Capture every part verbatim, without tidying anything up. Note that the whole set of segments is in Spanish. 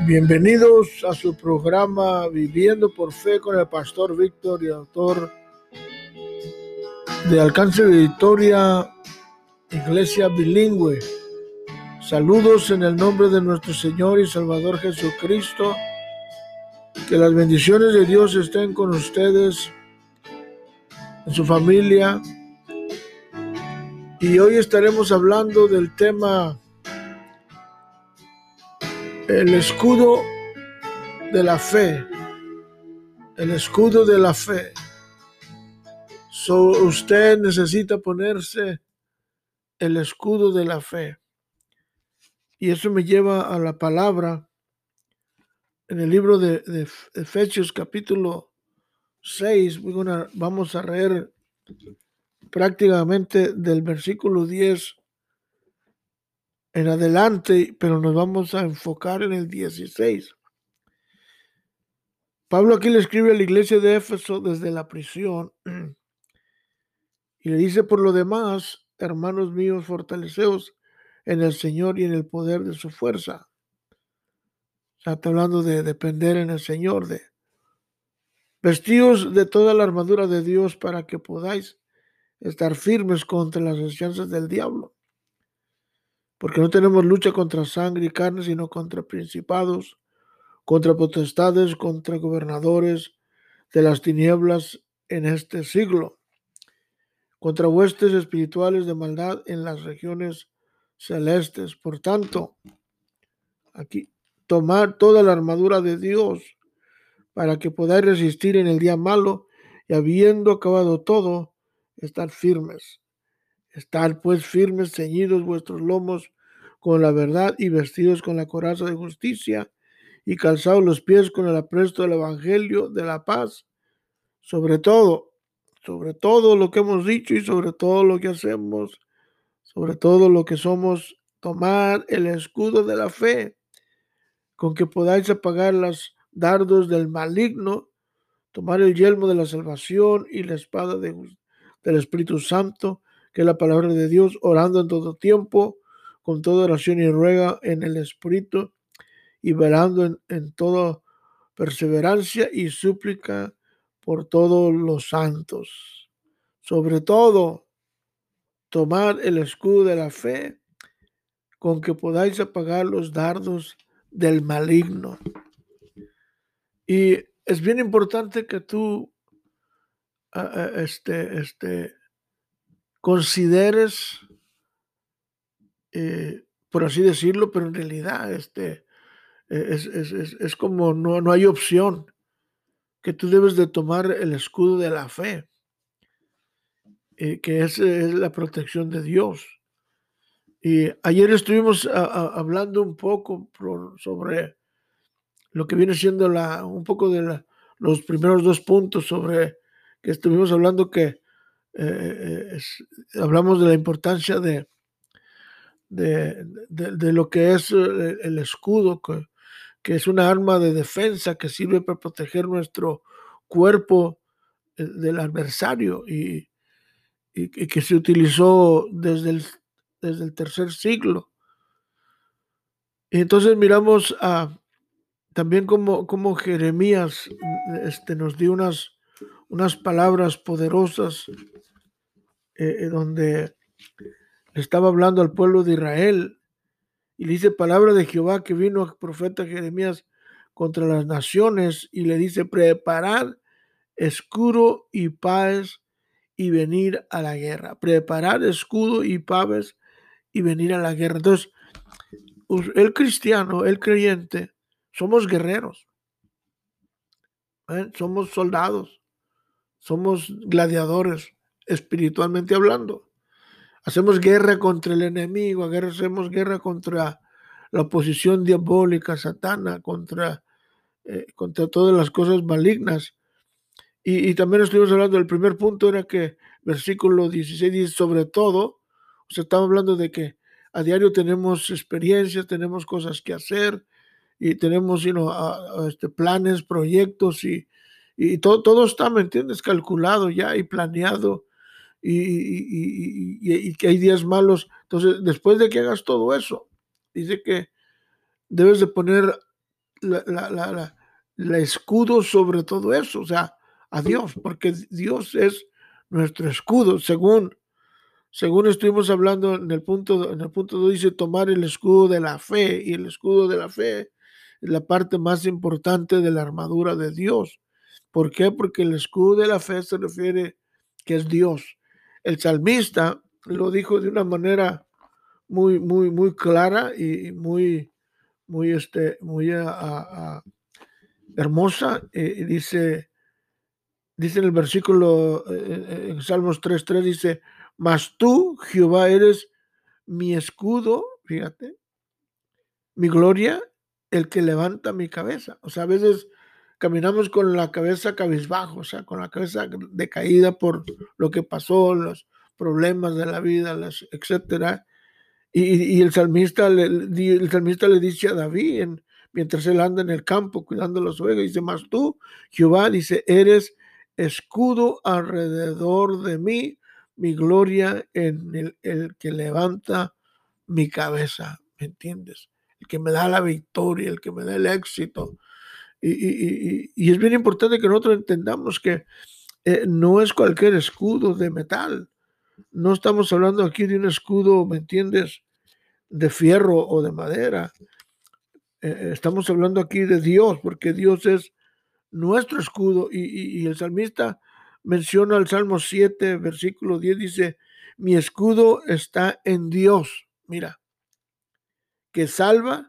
Bienvenidos a su programa Viviendo por Fe con el pastor Víctor y autor de Alcance de Victoria, Iglesia Bilingüe. Saludos en el nombre de nuestro Señor y Salvador Jesucristo. Que las bendiciones de Dios estén con ustedes, en su familia. Y hoy estaremos hablando del tema el escudo de la fe. El escudo de la fe. So, usted necesita ponerse el escudo de la fe. Y eso me lleva a la palabra en el libro de, de Efesios capítulo seis. Gonna, vamos a leer prácticamente del versículo diez en adelante, pero nos vamos a enfocar en el dieciséis. Pablo aquí le escribe a la iglesia de Éfeso desde la prisión y le dice: por lo demás, hermanos míos, fortaleceos en el Señor y en el poder de su fuerza. Está hablando de depender en el Señor, de vestíos de toda la armadura de Dios para que podáis estar firmes contra las asechanzas del diablo. Porque no tenemos lucha contra sangre y carne, sino contra principados, contra potestades, contra gobernadores de las tinieblas en este siglo, contra huestes espirituales de maldad en las regiones celestes. Por tanto, aquí, tomar toda la armadura de Dios para que podáis resistir en el día malo, y habiendo acabado todo, estar firmes. Estar pues firmes, ceñidos vuestros lomos con la verdad y vestidos con la coraza de justicia y calzados los pies con el apresto del evangelio de la paz. Sobre todo, sobre todo lo que hemos dicho y sobre todo lo que hacemos, sobre todo lo que somos, tomar el escudo de la fe, con que podáis apagar los dardos del maligno, tomar el yelmo de la salvación y la espada de, del Espíritu Santo, que es la palabra de Dios, orando en todo tiempo, con toda oración y ruega en el Espíritu, y velando en, en toda perseverancia y súplica por todos los santos. Sobre todo, tomar el escudo de la fe, con que podáis apagar los dardos del maligno. Y es bien importante que tú Uh, este, este, consideres, eh, por así decirlo, pero en realidad este, es, es, es, es como no, no hay opción, que tú debes de tomar el escudo de la fe, eh, que es, es la protección de Dios. Y ayer estuvimos a, a, hablando un poco por, sobre lo que viene siendo la, un poco de la, los primeros dos puntos, sobre que estuvimos hablando que Eh, es, hablamos de la importancia de, de, de, de lo que es el, el escudo, que, que es una arma de defensa que sirve para proteger nuestro cuerpo del adversario y, y, y que se utilizó desde el, desde el tercer siglo. Y entonces miramos a, también como, como Jeremías este, nos dio unas, unas palabras poderosas eh, donde le estaba hablando al pueblo de Israel y le dice: palabra de Jehová que vino al profeta Jeremías contra las naciones, y le dice: preparad escudo y paz y venir a la guerra. Preparar escudo y paz y venir a la guerra. Entonces, el cristiano, el creyente, somos guerreros, ¿eh? Somos soldados, somos gladiadores, espiritualmente hablando. Hacemos guerra contra el enemigo, hacemos guerra contra la oposición diabólica, satana, contra, eh, contra todas las cosas malignas. Y, y también estuvimos hablando, el primer punto era que versículo dieciséis dice: sobre todo, o sea, estamos hablando de que a diario tenemos experiencias, tenemos cosas que hacer y tenemos, you know, a, a este, planes, proyectos y, y todo, todo está, ¿me entiendes?, calculado ya y planeado. Y, y, y, y, y que hay días malos. Entonces, después de que hagas todo eso, dice que debes de poner la, la, la, la, la escudo sobre todo eso, o sea, a Dios, porque Dios es nuestro escudo, según, según estuvimos hablando en el punto, en el punto dos dice tomar el escudo de la fe, y el escudo de la fe es la parte más importante de la armadura de Dios. ¿Por qué? Porque el escudo de la fe se refiere que es Dios. El salmista lo dijo de una manera muy, muy, muy clara y muy, muy, este, muy a, a, a hermosa. Eh, dice, dice en el versículo, eh, en Salmos tres tres dice, mas tú, Jehová, eres mi escudo, fíjate, mi gloria, el que levanta mi cabeza. O sea, a veces caminamos con la cabeza cabizbajo, o sea, con la cabeza decaída por lo que pasó, los problemas de la vida, las, etcétera. Y, y el, salmista le, el salmista le dice a David, en, mientras él anda en el campo cuidando las ovejas, dice, mas tú, Jehová, dice, eres escudo alrededor de mí, mi gloria en el, el que levanta mi cabeza, ¿me entiendes? El que me da la victoria, el que me da el éxito. Y, y, y, y es bien importante que nosotros entendamos que eh, no es cualquier escudo de metal. No estamos hablando aquí de un escudo, ¿me entiendes?, de fierro o de madera. Eh, estamos hablando aquí de Dios, porque Dios es nuestro escudo. Y, y, y el salmista menciona el Salmo siete, versículo diez, dice, mi escudo está en Dios, mira, que salva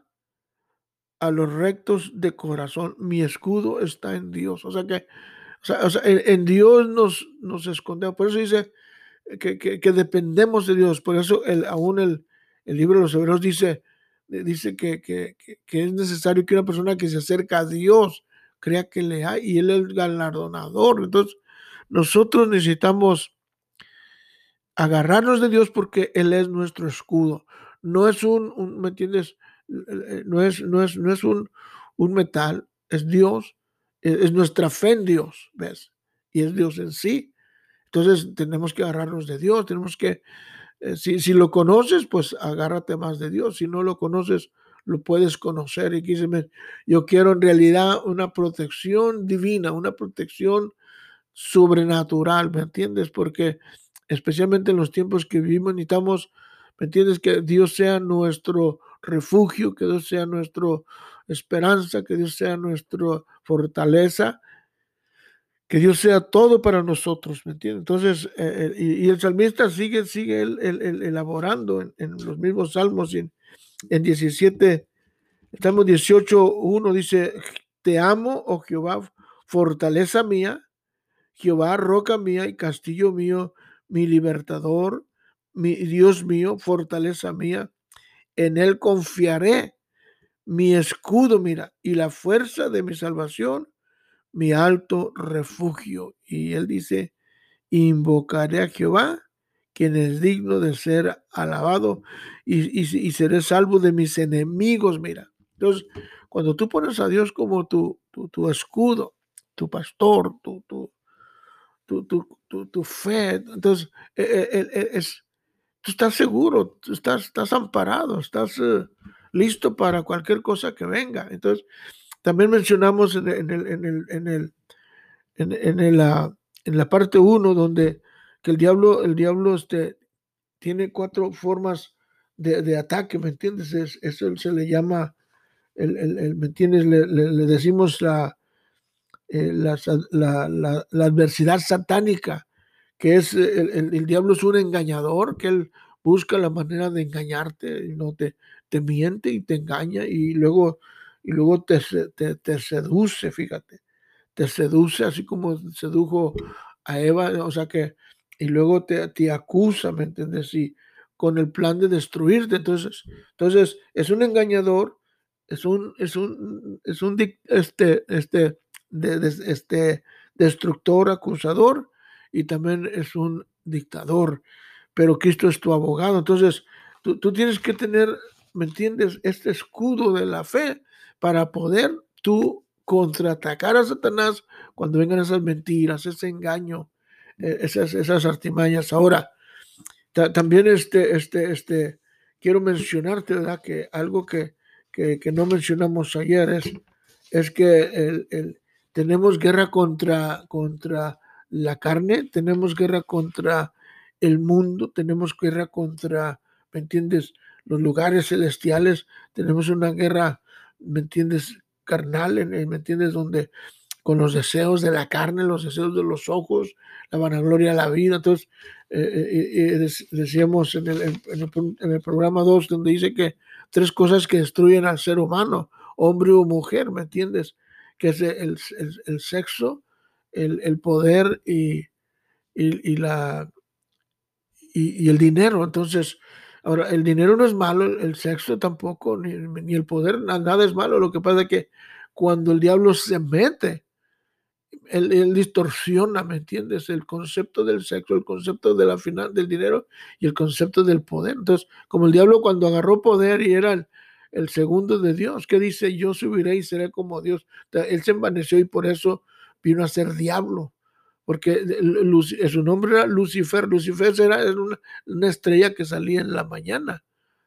a los rectos de corazón. Mi escudo está en Dios. O sea que o sea, o sea, en, en Dios nos, nos escondemos. Por eso dice que, que, que dependemos de Dios. Por eso el, aún el, el libro de los Hebreos dice, dice que, que, que es necesario que una persona que se acerca a Dios crea que le hay y Él es el galardonador. Entonces, nosotros necesitamos agarrarnos de Dios porque Él es nuestro escudo. No es un, un ¿me entiendes? No es, no es, no es un, un metal, es Dios, es, es nuestra fe en Dios, ¿ves? Y es Dios en sí. Entonces tenemos que agarrarnos de Dios, tenemos que, eh, si, si lo conoces, pues agárrate más de Dios. Si no lo conoces, lo puedes conocer. Y aquí se me, yo quiero en realidad una protección divina, una protección sobrenatural, ¿me entiendes? Porque especialmente en los tiempos que vivimos necesitamos, ¿me entiendes? Que Dios sea nuestro refugio, que Dios sea nuestra esperanza, que Dios sea nuestra fortaleza, que Dios sea todo para nosotros, ¿me entiendes? Entonces, eh, y, y, el salmista sigue, sigue el, el, el elaborando en, en, los mismos salmos, y en, en diecisiete, Salmos dieciocho, uno dice, te amo, oh Jehová, fortaleza mía, Jehová, roca mía y castillo mío, mi libertador, mi Dios mío, fortaleza mía, en él confiaré, mi escudo, mira, y la fuerza de mi salvación, mi alto refugio. Y él dice, invocaré a Jehová, quien es digno de ser alabado, y, y, y seré salvo de mis enemigos, mira. Entonces, cuando tú pones a Dios como tu, tu, tu escudo, tu pastor, tu, tu, tu, tu, tu, tu fe, entonces eh, eh, eh, es, tú estás seguro, tú estás, estás amparado, estás eh, listo para cualquier cosa que venga. Entonces, también mencionamos en, en el, en el, en el, en, en el, uh, en la parte uno, donde que el diablo, el diablo este, tiene cuatro formas de, de ataque, ¿me entiendes? Es, eso se le llama, el, el, el ¿me entiendes? Le, le, le decimos la, eh, la, la, la, la adversidad satánica, que es el, el, el, diablo es un engañador, que él busca la manera de engañarte, y no te, te miente y te engaña, y luego, y luego te, te, te seduce, fíjate, te seduce así como sedujo a Eva, o sea que, y luego te, te acusa, ¿me entiendes? Y con el plan de destruirte. Entonces, entonces es un engañador, es un, es un, es un este, este, de, de, este destructor, acusador, y también es un dictador, pero Cristo es tu abogado. Entonces, tú, tú tienes que tener, ¿me entiendes?, este escudo de la fe para poder tú contraatacar a Satanás cuando vengan esas mentiras, ese engaño, eh, esas, esas artimañas. Ahora, ta, también este, este, este, quiero mencionarte, ¿verdad?, que algo que, que, que no mencionamos ayer es es que el, el, tenemos guerra contra, contra la carne, tenemos guerra contra el mundo, tenemos guerra contra, ¿me entiendes?, los lugares celestiales, tenemos una guerra, ¿me entiendes?, carnal, ¿me entiendes?, donde con los deseos de la carne, los deseos de los ojos, la vanagloria de la vida. Entonces, eh, eh, eh, decíamos en el, en, el, en el programa dos, donde dice que tres cosas que destruyen al ser humano, hombre o mujer, ¿me entiendes?, que es el, el, el sexo, el, el poder y, y, y la y, y el dinero. Entonces, ahora, el dinero no es malo, el sexo tampoco, ni, ni el poder, nada es malo. Lo que pasa es que cuando el diablo se mete, él, él distorsiona, ¿me entiendes?, el concepto del sexo, el concepto de la final, del dinero y el concepto del poder. Entonces, como el diablo cuando agarró poder y era el, el segundo de Dios, que dice, yo subiré y seré como Dios. Entonces, él se envaneció y por eso vino a ser diablo, porque su nombre era Lucifer. Lucifer era una, una estrella que salía en la mañana,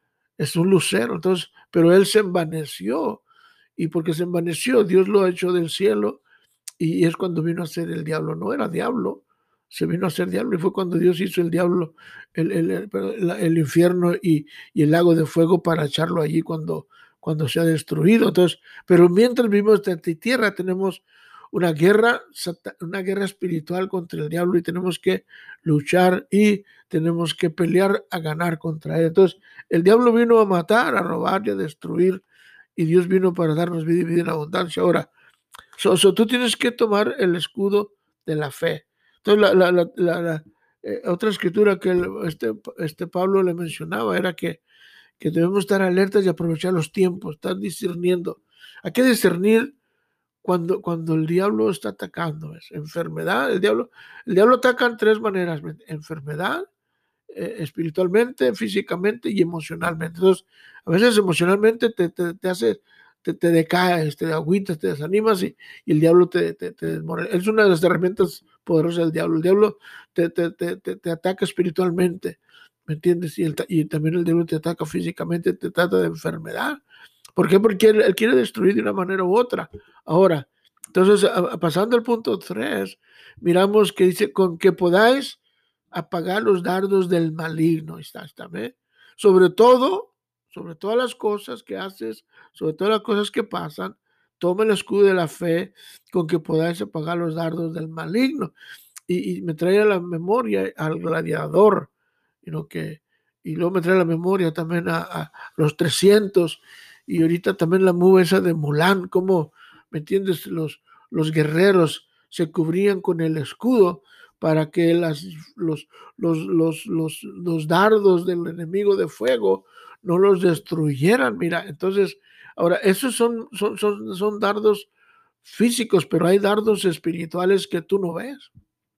es un lucero. Entonces, pero él se envaneció, y porque se envaneció, Dios lo ha hecho del cielo, y es cuando vino a ser el diablo. No era diablo, se vino a ser diablo, y fue cuando Dios hizo el diablo, el, el, el, el infierno y, y el lago de fuego para echarlo allí cuando, cuando se ha destruido. Entonces, pero mientras vivimos en esta tierra, tenemos una guerra, una guerra espiritual contra el diablo, y tenemos que luchar y tenemos que pelear a ganar contra él. Entonces, el diablo vino a matar, a robar y a destruir, y Dios vino para darnos vida y vida en abundancia. Ahora, So, so, tú tienes que tomar el escudo de la fe. Entonces, la, la, la, la, la eh, otra escritura que el, este, este Pablo le mencionaba era que, que debemos estar alertas y aprovechar los tiempos, estar discerniendo. Hay que discernir cuando, cuando el diablo está atacando. ¿Ves? Enfermedad, el diablo, el diablo ataca en tres maneras: enfermedad, eh, espiritualmente, físicamente y emocionalmente. Entonces, a veces emocionalmente te, te, te hace... Te, te decaes, te agüitas, te desanimas, y, y el diablo te, te, te desmorona. Es una de las herramientas poderosas del diablo. El diablo te, te, te, te, te ataca espiritualmente, ¿me entiendes? Y, el, y también el diablo te ataca físicamente, te trata de enfermedad. ¿Por qué? Porque él, él quiere destruir de una manera u otra. Ahora, entonces, a, a, pasando al punto tres, miramos que dice, con que podáis apagar los dardos del maligno. Está, está, ¿eh? Sobre todo, sobre todas las cosas que haces, sobre todas las cosas que pasan, toma el escudo de la fe con que podáis apagar los dardos del maligno. Y, y me trae a la memoria al gladiador, you know, que, y luego me trae a la memoria también a, a los trescientos, y ahorita también la movie esa de Mulan, como, ¿me entiendes?, los, los guerreros se cubrían con el escudo para que las, los, los, los, los, los dardos del enemigo de fuego no los destruyeran. Mira, entonces, ahora, esos son, son, son, son dardos físicos, pero hay dardos espirituales que tú no ves,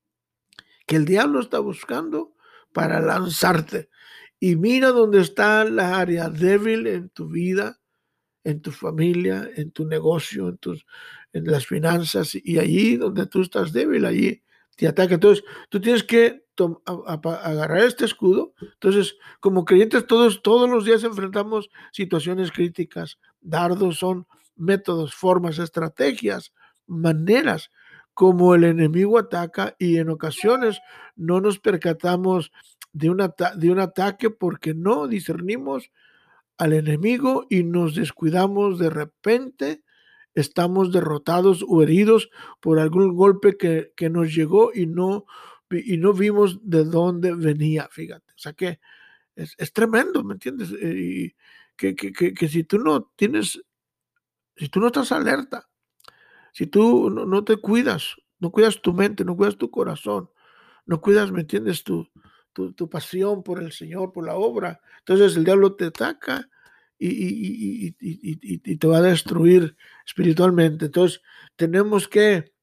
que el diablo está buscando para lanzarte. Y mira dónde está la área débil en tu vida, en tu familia, en tu negocio, en, tus, en las finanzas, y allí donde tú estás débil, allí te ataca. Entonces, tú tienes que a, a, agarrar este escudo. Entonces, como creyentes, todos, todos los días enfrentamos situaciones críticas. Dardos son métodos, formas, estrategias, maneras como el enemigo ataca, y en ocasiones no nos percatamos de un, de un ataque porque no discernimos al enemigo y nos descuidamos. De repente estamos derrotados o heridos por algún golpe que, que nos llegó y no, y no vimos de dónde venía, fíjate. O sea que es, es tremendo, ¿me entiendes? Y que, que, que, que si tú no tienes, si tú no estás alerta, si tú no, no te cuidas, no cuidas tu mente, no cuidas tu corazón, no cuidas, ¿me entiendes?, tu, tu, tu pasión por el Señor, por la obra, entonces el diablo te ataca y, y, y, y, y te va a destruir espiritualmente. Entonces tenemos que,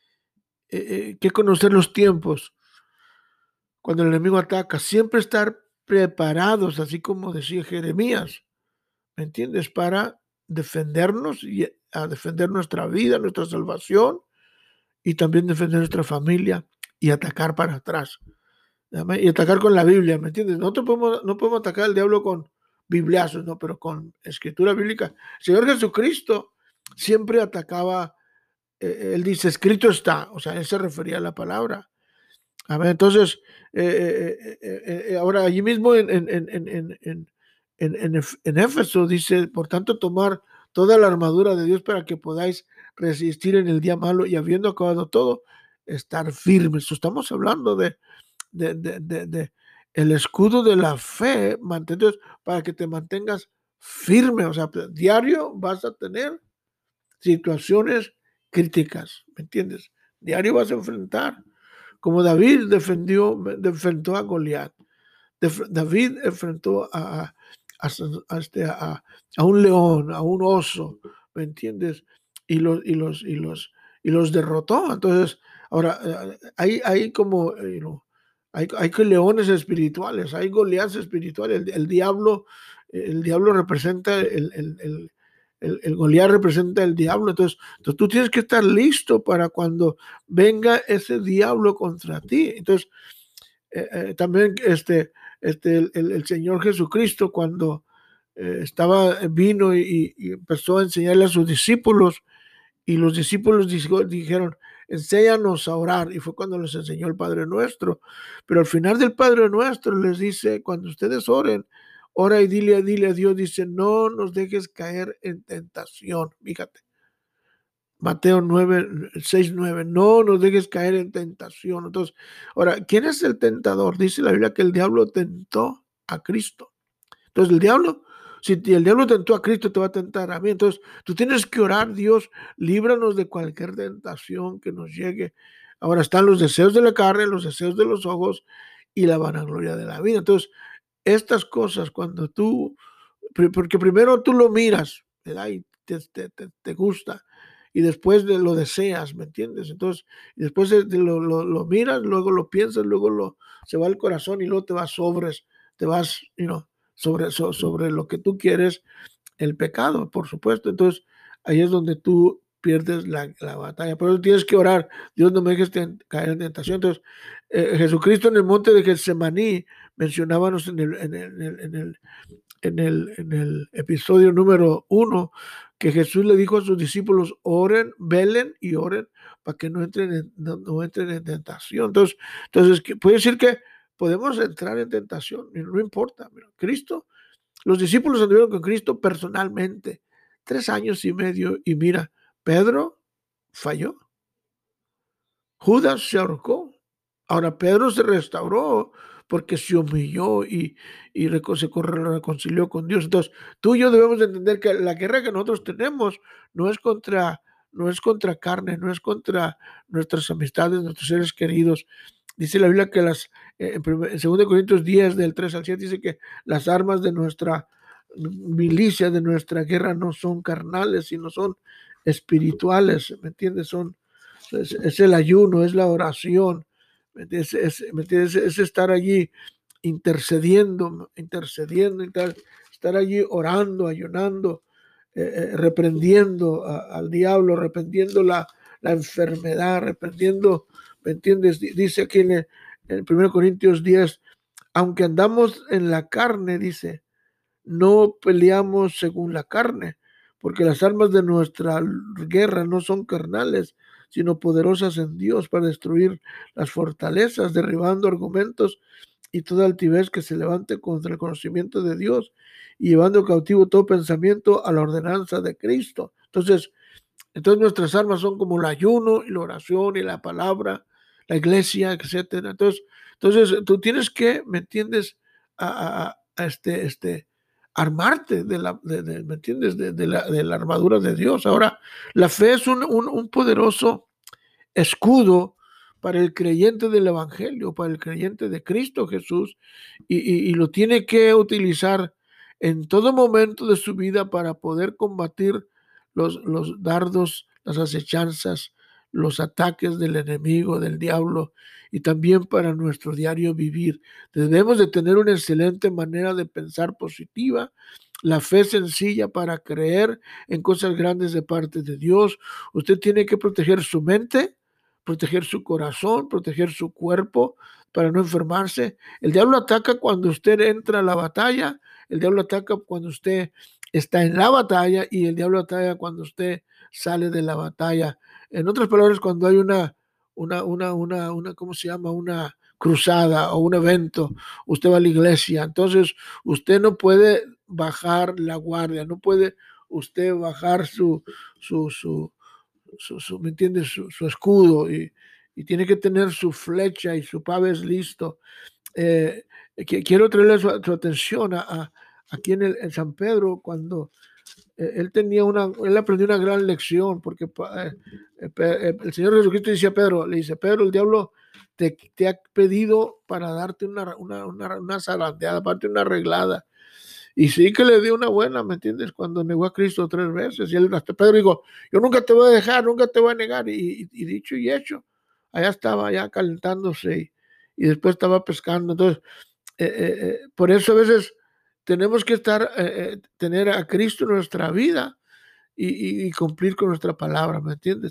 eh, que conocer los tiempos cuando el enemigo ataca, siempre estar preparados, así como decía Jeremías, ¿me entiendes?, para defendernos y a defender nuestra vida, nuestra salvación, y también defender nuestra familia y atacar para atrás. Y atacar con la Biblia, ¿me entiendes? Nosotros podemos, no podemos atacar al diablo con bibliazos, ¿no? Pero con escritura bíblica. El Señor Jesucristo siempre atacaba, eh, él dice, escrito está, o sea, él se refería a la palabra. A ver, entonces, eh, eh, eh, eh, ahora allí mismo en, en, en, en, en, en, en, Ef- en Éfeso dice, por tanto, tomar toda la armadura de Dios para que podáis resistir en el día malo y habiendo acabado todo, estar firmes. Estamos hablando de, de, de, de, de el escudo de la fe, mantén- para que te mantengas firme. O sea, diario vas a tener situaciones críticas, ¿me entiendes? Diario vas a enfrentar, como David defendió, enfrentó a Goliat. David enfrentó a, a, a, este, a, a un león, a un oso, ¿me entiendes? Y los, y los, y los, y los derrotó. Entonces, ahora, eh, hay, hay como, eh, you know, hay, hay que leones espirituales, hay Goliaths espirituales. El, el diablo, el diablo representa el, el, el el, el Goliat representa el diablo. Entonces, entonces, tú tienes que estar listo para cuando venga ese diablo contra ti. Entonces, eh, eh, también este, este, el, el, el Señor Jesucristo cuando eh, estaba, vino y, y, empezó a enseñarle a sus discípulos y los discípulos dijo, dijeron, enséñanos a orar, y fue cuando les enseñó el Padre Nuestro. Pero al final del Padre Nuestro les dice, cuando ustedes oren, ora y dile, dile a Dios, dice, no nos dejes caer en tentación. Fíjate, Mateo nueve, seis, nueve, no nos dejes caer en tentación. Entonces, ahora, ¿quién es el tentador? Dice la Biblia que el diablo tentó a Cristo. Entonces, el diablo, si el diablo tentó a Cristo, te va a tentar a mí. Entonces, tú tienes que orar, Dios, líbranos de cualquier tentación que nos llegue. Ahora están los deseos de la carne, los deseos de los ojos y la vanagloria de la vida. Entonces, estas cosas, cuando tú, porque primero tú lo miras, ¿verdad? Y te, te, te, te gusta, y después de lo deseas, ¿me entiendes? Entonces, y después de, de lo, lo, lo, miras, luego lo piensas, luego lo, se va al corazón y luego te vas sobres, te vas, you know, sobre, so, sobre lo que tú quieres, el pecado, por supuesto. Entonces, ahí es donde tú pierdes la, la batalla. Por eso tienes que orar, Dios no me dejes ten, caer en tentación. Entonces, eh, Jesucristo en el monte de Getsemaní, mencionábamos en el, en el, en el, en el, en el episodio número uno, que Jesús le dijo a sus discípulos, oren, velen y oren para que no entren en, no, no entren en tentación. Entonces, entonces puede decir que podemos entrar en tentación, no importa. Mira, Cristo, los discípulos anduvieron con Cristo personalmente tres años y medio y mira, Pedro falló, Judas se ahorcó. Ahora Pedro se restauró porque se humilló y, y se reconcilió con Dios. Entonces, tú y yo debemos entender que la guerra que nosotros tenemos no es contra, no es contra carne, no es contra nuestras amistades, nuestros seres queridos. Dice la Biblia que las, eh, en segundo Corintios diez, del tres al siete, dice que las armas de nuestra milicia, de nuestra guerra, no son carnales, sino son espirituales, ¿me entiendes? Son, es, es el ayuno, es la oración, ¿me entiendes? Es, ¿me entiendes? Es estar allí intercediendo, intercediendo, estar allí orando, ayunando, eh, eh, reprendiendo a, al diablo, reprendiendo la, la enfermedad, reprendiendo, ¿me entiendes? Dice aquí en, el, en primero Corintios diez, aunque andamos en la carne, dice, no peleamos según la carne, porque las armas de nuestra guerra no son carnales, sino poderosas en Dios para destruir las fortalezas, derribando argumentos y toda altivez que se levante contra el conocimiento de Dios y llevando cautivo todo pensamiento a la ordenanza de Cristo. Entonces, entonces nuestras armas son como el ayuno y la oración y la palabra, la iglesia, etcétera. Entonces, entonces tú tienes que, ¿me entiendes? A, a, a este, este, armarte de la, de, de, ¿me entiendes? De, de, la, de la armadura de Dios. Ahora, la fe es un, un, un poderoso escudo para el creyente del Evangelio, para el creyente de Cristo Jesús, y, y, y lo tiene que utilizar en todo momento de su vida para poder combatir los, los dardos, las acechanzas, los ataques del enemigo, del diablo, y también para nuestro diario vivir. Debemos de tener una excelente manera de pensar positiva, la fe sencilla para creer en cosas grandes de parte de Dios. Usted tiene que proteger su mente, proteger su corazón, proteger su cuerpo para no enfermarse. El diablo ataca cuando usted entra a la batalla, el diablo ataca cuando usted está en la batalla y el diablo batalla cuando usted sale de la batalla. En otras palabras, cuando hay una, una, una, una, una, ¿cómo se llama? Una cruzada o un evento, usted va a la iglesia, entonces usted no puede bajar la guardia, no puede usted bajar su, su, su, su, su ¿me entiende? Su, su escudo y, y tiene que tener su flecha y su paves listo. Eh, quiero traerle su, su atención a, a, aquí en, el, en San Pedro cuando eh, él tenía una, él aprendió una gran lección porque eh, eh, el Señor Jesucristo dice a Pedro, le dice, Pedro, el diablo te, te ha pedido para darte una, una, una, una zarandeada, para darte una arreglada. Y sí que le dio una buena, ¿me entiendes? Cuando negó a Cristo tres veces. Y él, hasta Pedro dijo, yo nunca te voy a dejar, nunca te voy a negar. Y, y, y dicho y hecho, allá estaba ya calentándose y, y después estaba pescando. Entonces, eh, eh, eh, por eso a veces tenemos que estar, eh, eh, tener a Cristo en nuestra vida y, y, y cumplir con nuestra palabra, ¿me entiendes?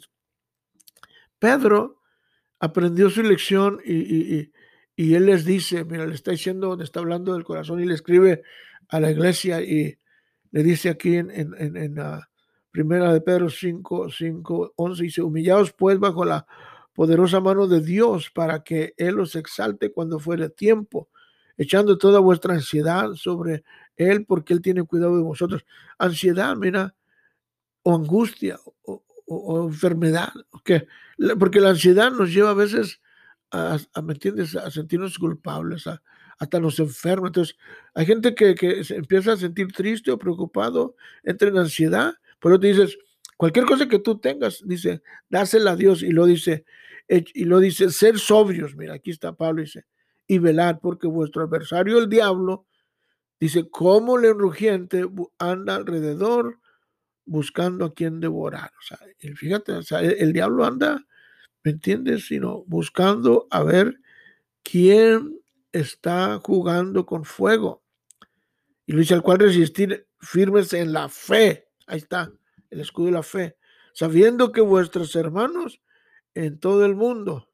Pedro aprendió su lección y, y, y, y él les dice, mira, le está diciendo, le está hablando del corazón y le escribe a la iglesia y le dice aquí en, en, en, en la primera de Pedro cinco, cinco, once, dice, humillaos pues bajo la poderosa mano de Dios para que Él os exalte cuando fuere tiempo, echando toda vuestra ansiedad sobre Él porque Él tiene cuidado de vosotros. Ansiedad, mira, o angustia o, o, o enfermedad, ¿okay? Porque la ansiedad nos lleva a veces a, a ¿me entiendes? A sentirnos culpables, a, hasta nos enferma. Entonces, hay gente que, que se empieza a sentir triste o preocupado, entra en ansiedad, por eso te dices, cualquier cosa que tú tengas, dice, dásela a Dios, y lo dice, y lo dice, ser sobrios, mira, aquí está Pablo, dice, y velar, porque vuestro adversario, el diablo, dice, como león rugiente, anda alrededor, buscando a quien devorar. O sea, fíjate, o sea, el, el diablo anda, ¿me entiendes? Sino buscando a ver quién está jugando con fuego. Y lo dice, al cual resistir firmes en la fe. Ahí está, el escudo de la fe. Sabiendo que vuestros hermanos en todo el mundo,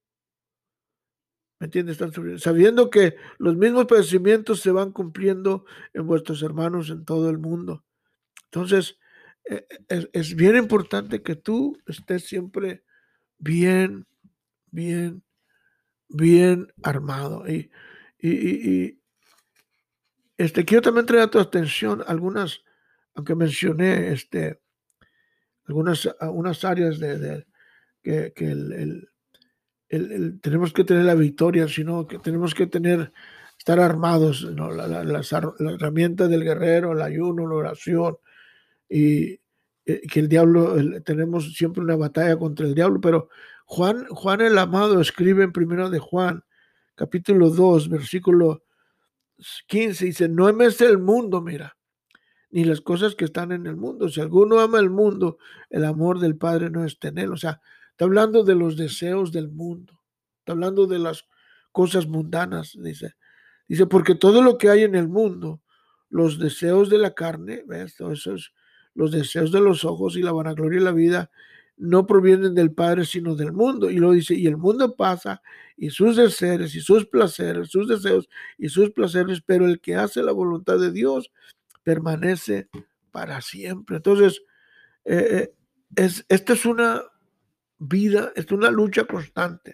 ¿me entiendes? Están sufriendo. Sabiendo que los mismos padecimientos se van cumpliendo en vuestros hermanos en todo el mundo. Entonces, eh, es, es bien importante que tú estés siempre bien, bien, bien armado. Y, y, y, y este, quiero también traer a tu atención algunas, aunque mencioné este, algunas unas áreas de, de que, que el, el, el, el, tenemos que tener la victoria, sino que tenemos que tener, estar armados, ¿no? la, la, las, la herramienta del guerrero, el ayuno, la oración, y eh, que el diablo, el, tenemos siempre una batalla contra el diablo, pero Juan, Juan el amado escribe en primero de Juan, capítulo dos, versículo quince, dice, no ames el mundo, mira, ni las cosas que están en el mundo. Si alguno ama el mundo, el amor del Padre no está en él. O sea, está hablando de los deseos del mundo, está hablando de las cosas mundanas, dice. Dice, porque todo lo que hay en el mundo, los deseos de la carne, ¿ves? Todo eso es, los deseos de los ojos y la vanagloria de la vida, no provienen del Padre, sino del mundo. Y luego dice, y el mundo pasa, y sus deseos, y sus placeres, sus deseos, y sus placeres, pero el que hace la voluntad de Dios permanece para siempre. Entonces, eh, es, esta es una vida, es una lucha constante.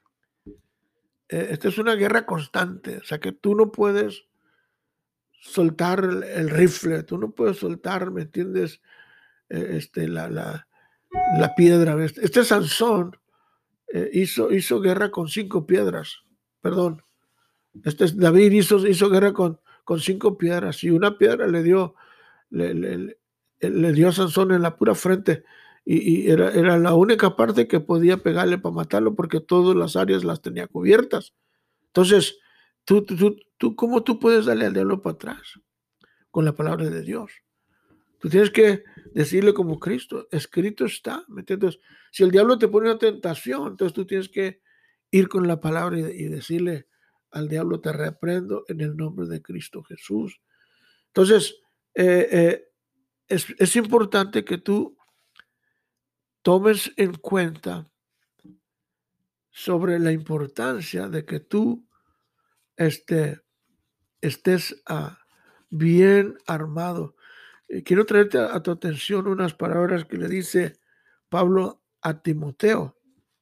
Eh, esta es una guerra constante. O sea, que tú no puedes soltar el, el rifle, tú no puedes soltar, ¿me entiendes? Eh, este, la, la, la piedra. Este Sansón eh, hizo, hizo guerra con cinco piedras. Perdón. Este David hizo, hizo guerra con, con cinco piedras y una piedra le dio, le, le, le dio a Sansón en la pura frente y, y era, era la única parte que podía pegarle para matarlo porque todas las áreas las tenía cubiertas. Entonces, ¿tú, tú, tú, ¿cómo tú puedes darle al diablo para atrás? Con la palabra de Dios. Tú tienes que decirle como Cristo, escrito está, ¿me entiendes? Si el diablo te pone una tentación, entonces tú tienes que ir con la palabra y, y decirle al diablo, te reprendo en el nombre de Cristo Jesús. Entonces, eh, eh, es, es importante que tú tomes en cuenta sobre la importancia de que tú este, estés uh, bien armado. eh, quiero traerte a, a tu atención unas palabras que le dice Pablo a Timoteo.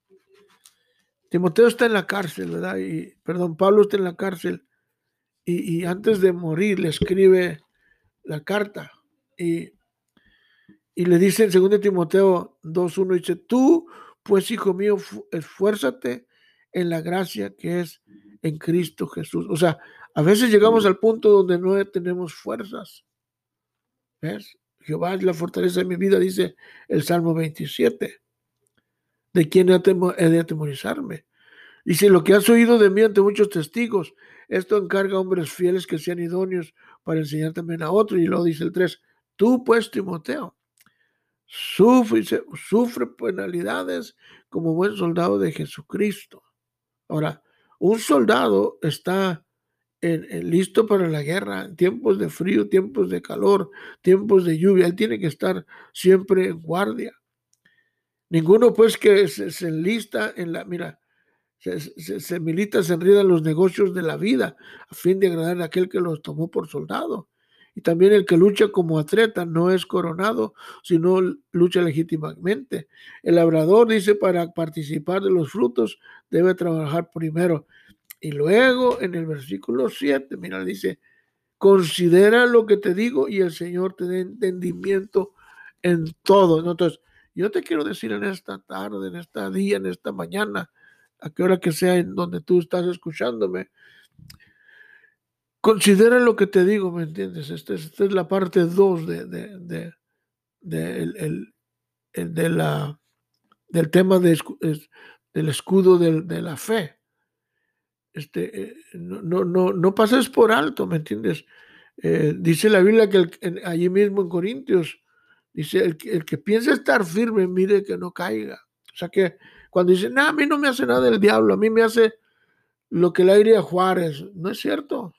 Timoteo está en la cárcel, ¿verdad? Y, perdón, Pablo está en la cárcel y, y antes de morir le escribe la carta y, y le dice en segundo Timoteo dos uno, dice, tú, pues, hijo mío, esfuérzate en la gracia que es en Cristo Jesús. O sea, a veces llegamos al punto donde no tenemos fuerzas. ¿Ves? Jehová es la fortaleza de mi vida, dice el Salmo veintisiete. ¿De quién he de atemorizarme? Dice, lo que has oído de mí ante muchos testigos, esto encarga a hombres fieles que sean idóneos para enseñar también a otros. Y luego dice el tres, tú pues, Timoteo, sufre, sufre penalidades como buen soldado de Jesucristo. Ahora, un soldado está en, en listo para la guerra, en tiempos de frío, tiempos de calor, tiempos de lluvia. Él tiene que estar siempre en guardia. Ninguno pues que se, se enlista en la, mira, se, se, se milita, se enreda en los negocios de la vida a fin de agradar a aquel que los tomó por soldado. Y también el que lucha como atleta no es coronado, sino lucha legítimamente. El labrador dice, para participar de los frutos debe trabajar primero. Y luego en el versículo siete, mira, dice, considera lo que te digo y el Señor te dé entendimiento en todo, ¿no? Entonces, yo te quiero decir en esta tarde, en este día, en esta mañana, a qué hora que sea en donde tú estás escuchándome, considera lo que te digo, ¿me entiendes? Esta es, esta es la parte dos de, de, de, de, el, el, el, de la, del tema de, es, del escudo de, de la fe. Este, eh, no, no, no, no pases por alto, ¿me entiendes? Eh, dice la Biblia que el, en, allí mismo en Corintios, dice, el, el que piensa estar firme, mire que no caiga. O sea que cuando dicen, nah, a mí no me hace nada el diablo, a mí me hace lo que el aire a Juárez. No es cierto.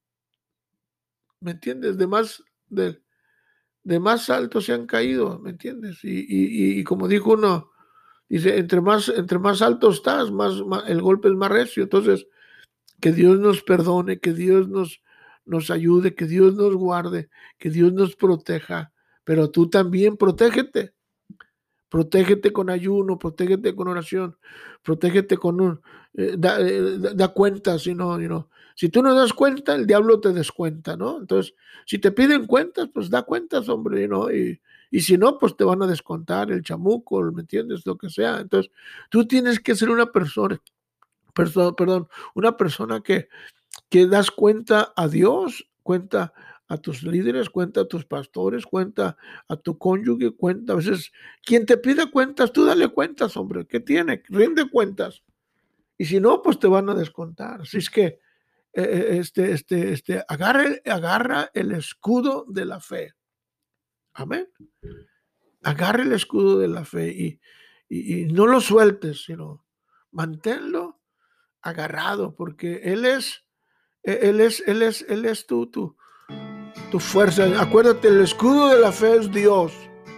¿Me entiendes? De más, de, de más alto se han caído, ¿me entiendes? Y, y, y como dijo uno, dice, entre más, entre más alto estás, más, más el golpe es más recio. Entonces, que Dios nos perdone, que Dios nos, nos ayude, que Dios nos guarde, que Dios nos proteja, pero tú también protégete. Protégete con ayuno, protégete con oración, protégete con un... Eh, da, eh, da cuenta, si no, you know. Si tú no das cuenta, el diablo te descuenta, ¿no? Entonces, si te piden cuentas, pues da cuentas, hombre, ¿no? Y, y si no, pues te van a descontar el chamuco, ¿me entiendes? Lo que sea. Entonces, tú tienes que ser una persona, perdón, perdón una persona que, que das cuenta a Dios, cuenta a tus líderes, cuenta a tus pastores, cuenta a tu cónyuge, cuenta a veces, quien te pida cuentas, tú dale cuentas, hombre, ¿qué tiene? Rinde cuentas. Y si no, pues te van a descontar. Así es que, eh, este, este, este, agarra, agarra el escudo de la fe. Amén. Agarra el escudo de la fe y, y, y no lo sueltes, sino manténlo agarrado, porque Él es, Él es, Él es, Él es tu, tu, tu fuerza. Acuérdate, el escudo de la fe es Dios.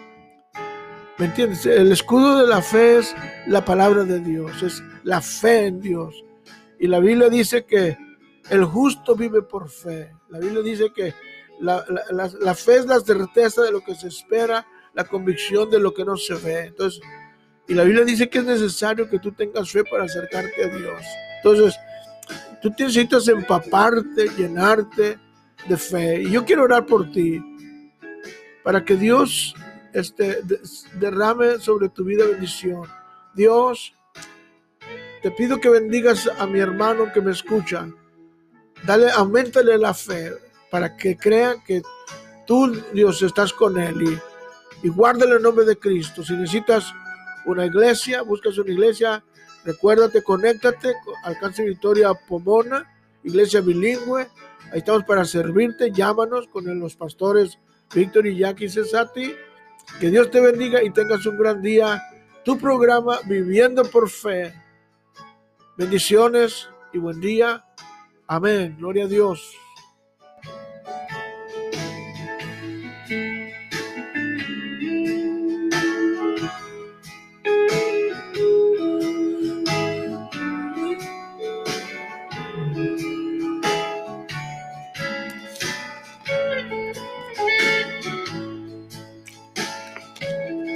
¿Me entiendes? El escudo de la fe es la palabra de Dios, es la fe en Dios. Y la Biblia dice que el justo vive por fe. La Biblia dice que la, la, la, la fe es la certeza de lo que se espera, la convicción de lo que no se ve. Entonces, y la Biblia dice que es necesario que tú tengas fe para acercarte a Dios. Entonces, tú necesitas empaparte, llenarte de fe. Y yo quiero orar por ti, para que Dios este, derrame sobre tu vida bendición. Dios, te pido que bendigas a mi hermano que me escucha. Dale, auméntale la fe para que crea que tú, Dios, estás con él. Y, y guárdale el nombre de Cristo. Si necesitas una iglesia, buscas una iglesia, recuérdate, conéctate, Alcance Victoria Pomona, iglesia bilingüe. Ahí estamos para servirte. Llámanos con los pastores Víctor y Jackie Cesati. Que Dios te bendiga y tengas un gran día. Tu programa Viviendo por Fe. Bendiciones y buen día. Amén. Gloria a Dios.